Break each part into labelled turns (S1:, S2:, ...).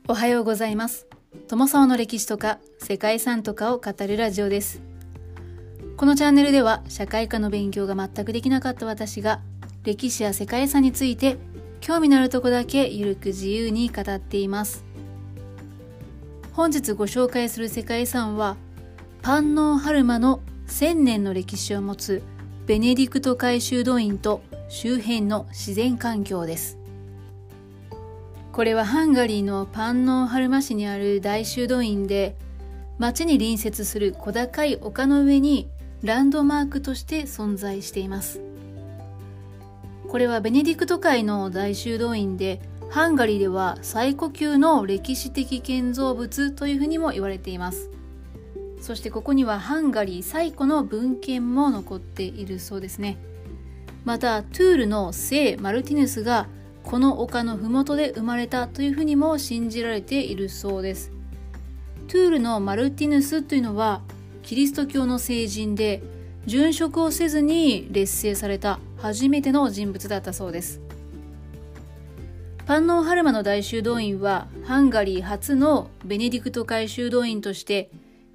S1: おはようございます。友沢の歴史とか世界遺産とかを語るラジオです。このチャンネルでは社会科の勉強が全くできなかった私が歴史や世界遺産について興味のあるとこだけゆるく自由に語っています。本日ご紹介する世界遺産はパンノーハルマの1000年の歴史を持つベネディクト会修道院と周辺の自然環境です。これはハンガリーのパンノーハルマ市にある大修道院で、町に隣接する小高い丘の上にランドマークとして存在しています。これはベネディクト会の大修道院で、ハンガリーでは最古級の歴史的建造物というふうにも言われています。そしてここにはハンガリー最古の文献も残っているそうですね。またトゥールの聖マルティヌスがこの丘のふもとで生まれたというふうにも信じられているそうです。トゥールのマルティヌスというのはキリスト教の聖人で、殉職をせずに列聖された初めての人物だったそうです。パンノーハルマの大修道院はハンガリー初のベネディクト会修道院として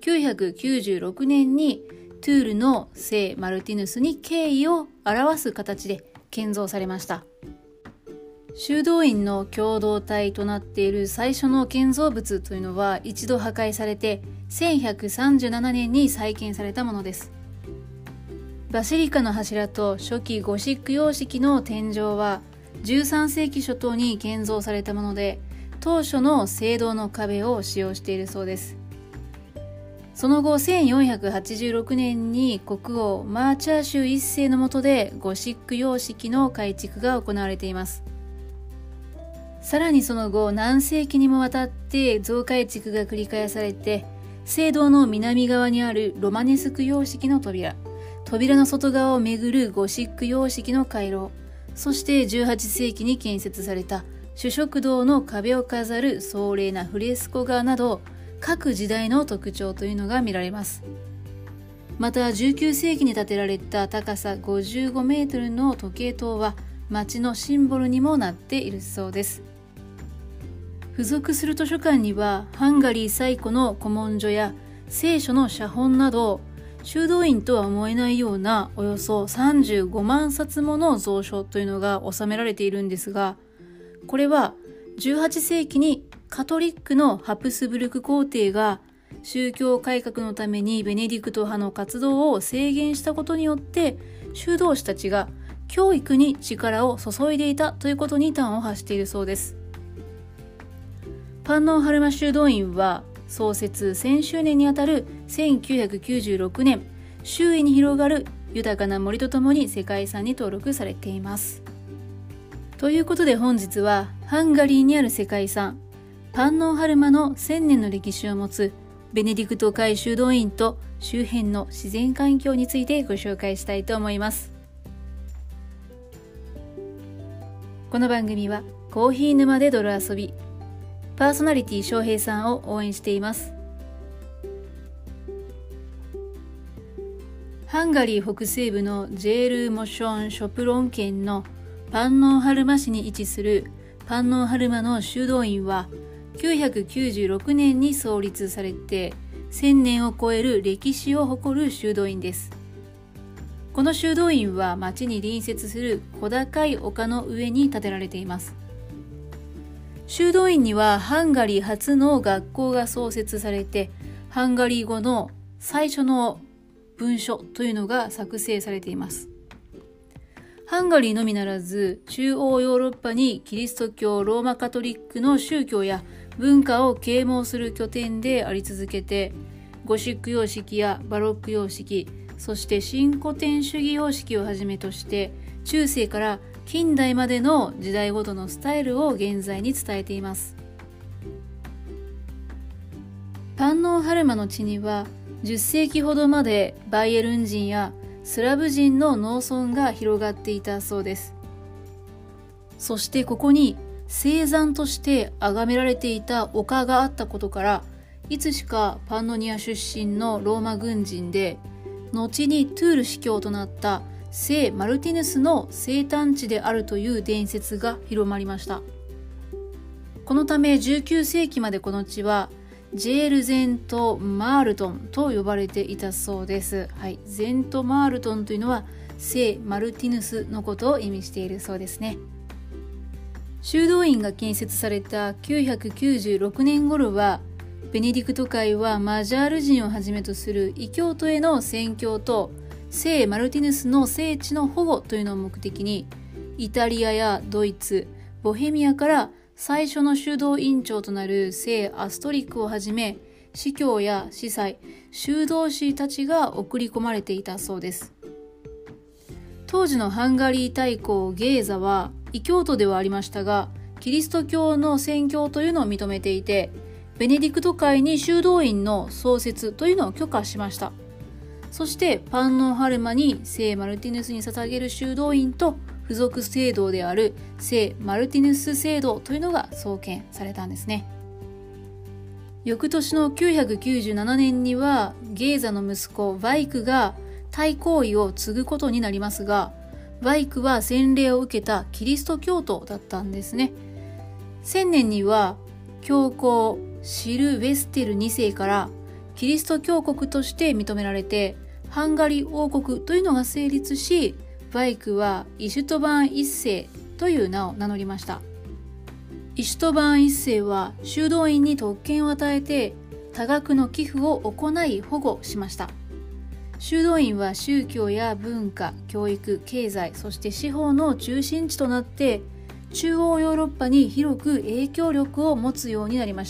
S1: 996年にトゥールの聖マルティヌスに敬意を表す形で建造されました。修道院の共同体となっている最初の建造物というのは一度破壊されて1137年に再建されたものです。バシリカの柱と初期ゴシック様式の天井は13世紀初頭に建造されたもので、当初の聖堂の壁を使用しているそうです。その後1486年に国王マーチャーシュ一世の下でゴシック様式の改築が行われています。さらにその後何世紀にもわたって増改築が繰り返されて、聖堂の南側にあるロマネスク様式の扉の外側を巡るゴシック様式の回廊、そして18世紀に建設された主食堂の壁を飾る壮麗なフレスコ画など、各時代の特徴というのが見られます。また19世紀に建てられた高さ55メートルの時計塔は町のシンボルにもなっているそうです。付属する図書館にはハンガリー最古の古文書や聖書の写本など、修道院とは思えないようなおよそ35万冊もの蔵書というのが収められているんですが、これは18世紀にカトリックのハプスブルク皇帝が宗教改革のためにベネディクト派の活動を制限したことによって、修道士たちが教育に力を注いでいたということに端を発しているそうです。パンノーハルマ修道院は創設1000周年にあたる1996年、周囲に広がる豊かな森とともに世界遺産に登録されています。ということで本日はハンガリーにある世界遺産パンノーハルマの1000年の歴史を持つベネディクト会修道院と周辺の自然環境についてご紹介したいと思います。この番組はコーヒー沼で泥遊び、パーソナリティ翔平さんを応援しています。ハンガリー北西部のジェールーモションショプロン県のパンノーハルマ市に位置するパンノーハルマの修道院は996年に創立されて1000年を超える歴史を誇る修道院です。この修道院は町に隣接する小高い丘の上に建てられています。修道院にはハンガリー初の学校が創設されて、ハンガリー語の最初の文書というのが作成されています。ハンガリーのみならず中央ヨーロッパにキリスト教ローマカトリックの宗教や文化を啓蒙する拠点であり続けて、ゴシック様式やバロック様式、そして新古典主義様式をはじめとして中世から近代までの時代ごとのスタイルを現在に伝えています。パンノーハルマの地には10世紀ほどまでバイエルン人やスラブ人の農村が広がっていたそうです。そしてここに聖山として崇められていた丘があったことから、いつしかパンノニア出身のローマ軍人で、後にトゥール司教となった聖マルティヌスの生誕地であるという伝説が広まりました。 このため19世紀までこの地はジェールゼント・マールトンと呼ばれていたそうです。はい、ゼント・マールトンというのは聖マルティヌスのことを意味しているそうですね。修道院が建設された996年頃は、ベネディクト会はマジャール人をはじめとする異教徒への宣教と聖マルティヌスの聖地の保護というのを目的に、イタリアやドイツ、ボヘミアから最初の修道院長となる聖アストリックをはじめ、司教や司祭、修道士たちが送り込まれていたそうです。当時のハンガリー大公ゲーザは異教徒ではありましたが、キリスト教の宣教というのを認めていて、ベネディクト会に修道院の創設というのを許可しました。そしてパンノーハルマに聖マルティヌスに捧げる修道院と付属聖堂である聖マルティヌス聖堂というのが創建されたんですね。翌年の997年にはゲーザの息子バイクが大公位を継ぐことになりますが、バイクは洗礼を受けたキリスト教徒だったんですね。1000年には教皇シルベステル2世からキリスト教国として認められて、ハンガリー王国というのが成立し、バイクはイシュトバーン1世という名を名乗りました。イシュトバーン1世は修道院に特権を与えて多額の寄付を行い保護しました。修道院は宗教や文化、教育、経済、そして司法の中心地となって中央ヨーロッパに広く影響力を持つようになりました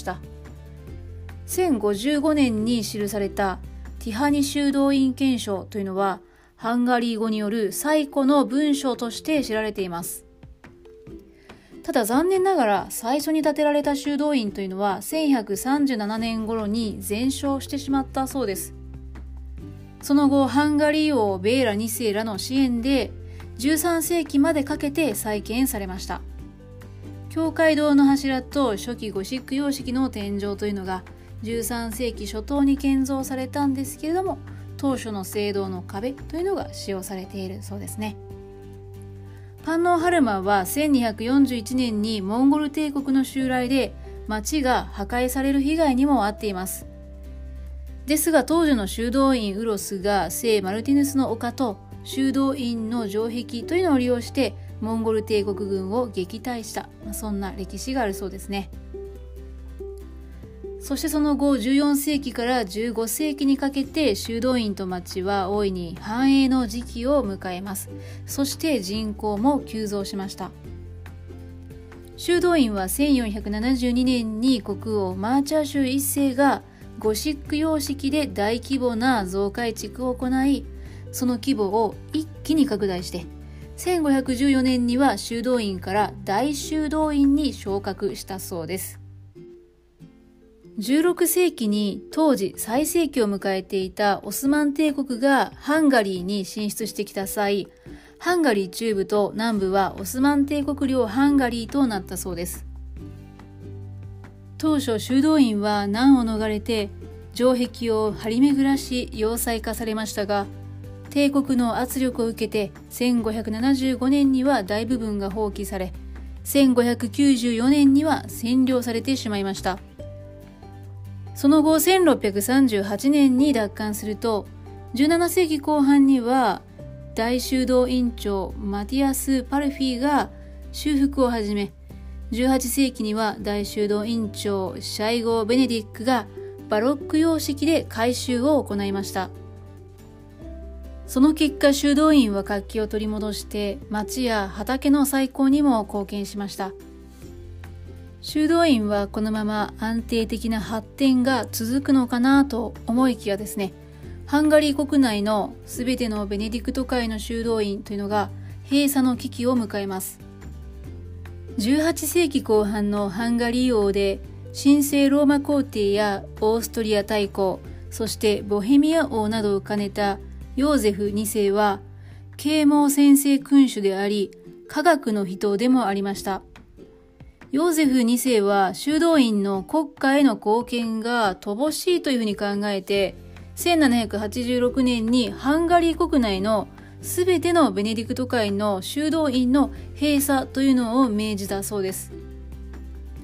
S1: 。1055年に記されたティハニ修道院憲章というのはハンガリー語による最古の文章として知られています。ただ残念ながら最初に建てられた修道院というのは1137年頃に全焼してしまったそうです。その後ハンガリー王ベーラ2世らの支援で13世紀までかけて再建されました。教会堂の柱と初期ゴシック様式の天井というのが13世紀初頭に建造されたんですけれども、当初の聖堂の壁というのが使用されているそうですね。パンノーハルマは1241年にモンゴル帝国の襲来で町が破壊される被害にも遭っています。ですが当時の修道院ウロスが聖マルティヌスの丘と修道院の城壁というのを利用してモンゴル帝国軍を撃退した、そんな歴史があるそうですね。そしてその後14世紀から15世紀にかけて修道院と町は大いに繁栄の時期を迎えます。そして人口も急増しました。修道院は1472年に国王マーチャー州一世がゴシック様式で大規模な増改築を行い、その規模を一気に拡大して1514年には修道院から大修道院に昇格したそうです。16世紀に当時最盛期を迎えていたオスマン帝国がハンガリーに進出してきた際、ハンガリー中部と南部はオスマン帝国領ハンガリーとなったそうです。当初修道院は難を逃れて城壁を張り巡らし要塞化されましたが、帝国の圧力を受けて1575年には大部分が放棄され、1594年には占領されてしまいました。その後1638年に奪還すると、17世紀後半には大修道院長マティアス・パルフィが修復を始め、18世紀には大修道院長シャイゴー・ベネディックがバロック様式で改修を行いました。その結果修道院は活気を取り戻して町や畑の再興にも貢献しました。修道院はこのまま安定的な発展が続くのかなと思いきやですね、ハンガリー国内のすべてのベネディクト会の修道院というのが閉鎖の危機を迎えます。18世紀後半のハンガリー王で神聖ローマ皇帝やオーストリア大公、そしてボヘミア王などを兼ねたヨーゼフ2世は啓蒙専制君主であり、科学の人でもありました。ヨーゼフ2世は修道院の国家への貢献が乏しいというふうに考えて、1786年にハンガリー国内のすべてのベネディクト会の修道院の閉鎖というのを命じたそうです。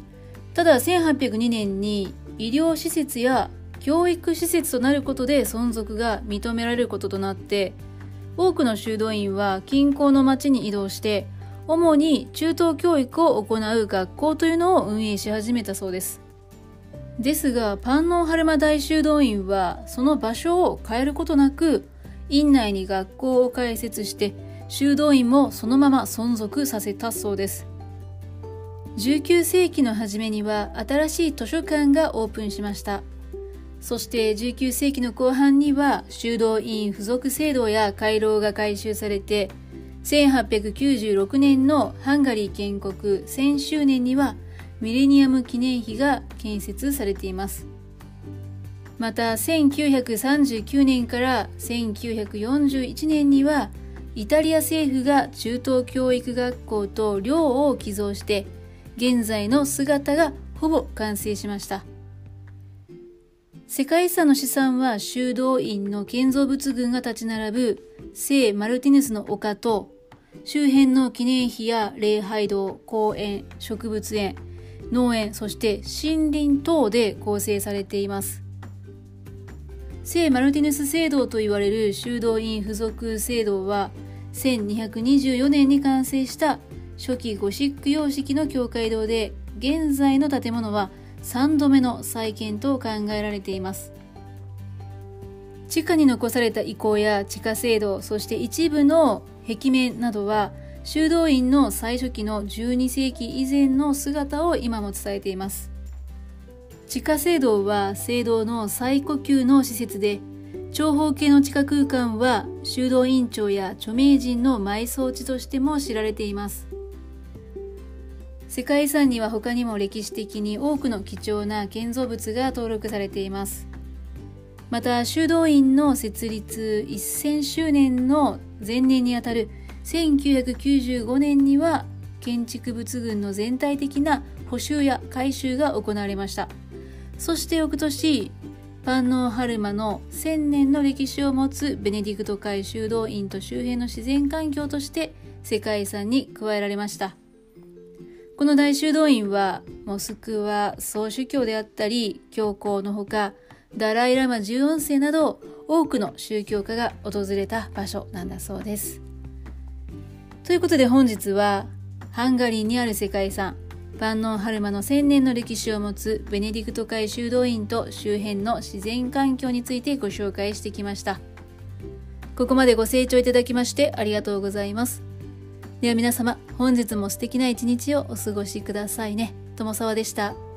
S1: ただ1802年に医療施設や教育施設となることで存続が認められることとなって、多くの修道院は近郊の町に移動して主に中等教育を行う学校というのを運営し始めたそうです。ですがパンノンハルマ大修道院はその場所を変えることなく、院内に学校を開設して修道院もそのまま存続させたそうです。19世紀の初めには新しい図書館がオープンしました。そして19世紀の後半には修道院付属聖堂や回廊が改修されて、1896年のハンガリー建国1000周年にはミレニアム記念碑が建設されています。また1939年から1941年にはイタリア政府が中等教育学校と寮を寄贈して現在の姿がほぼ完成しました。世界遺産の資産は修道院の建造物群が立ち並ぶ聖マルティヌスの丘と周辺の記念碑や礼拝堂、公園、植物園、農園、そして森林等で構成されています。聖マルティヌス聖堂と言われる修道院付属聖堂は1224年に完成した初期ゴシック様式の教会堂で、現在の建物は3度目の再建と考えられています。地下に残された遺構や地下聖堂、そして一部の壁面などは修道院の最初期の12世紀以前の姿を今も伝えています。地下聖堂は聖堂の最古級の施設で、長方形の地下空間は修道院長や著名人の埋葬地としても知られています。世界遺産には他にも歴史的に多くの貴重な建造物が登録されています。また修道院の設立1000周年の前年にあたる1995年には建築物群の全体的な補修や改修が行われました。そして翌年、パンノンハルマの1000年の歴史を持つベネディクト会修道院と周辺の自然環境として世界遺産に加えられました。この大修道院はモスクワ総主教であったり教皇のほかダライラマ14世など多くの宗教家が訪れた場所なんだそうです。ということで本日はハンガリーにある世界遺産パンノンハルマの1000年の歴史を持つベネディクト会修道院と周辺の自然環境についてご紹介してきました。ここまでご清聴いただきましてありがとうございます。では皆様、本日も素敵な一日をお過ごしくださいね。友沢でした。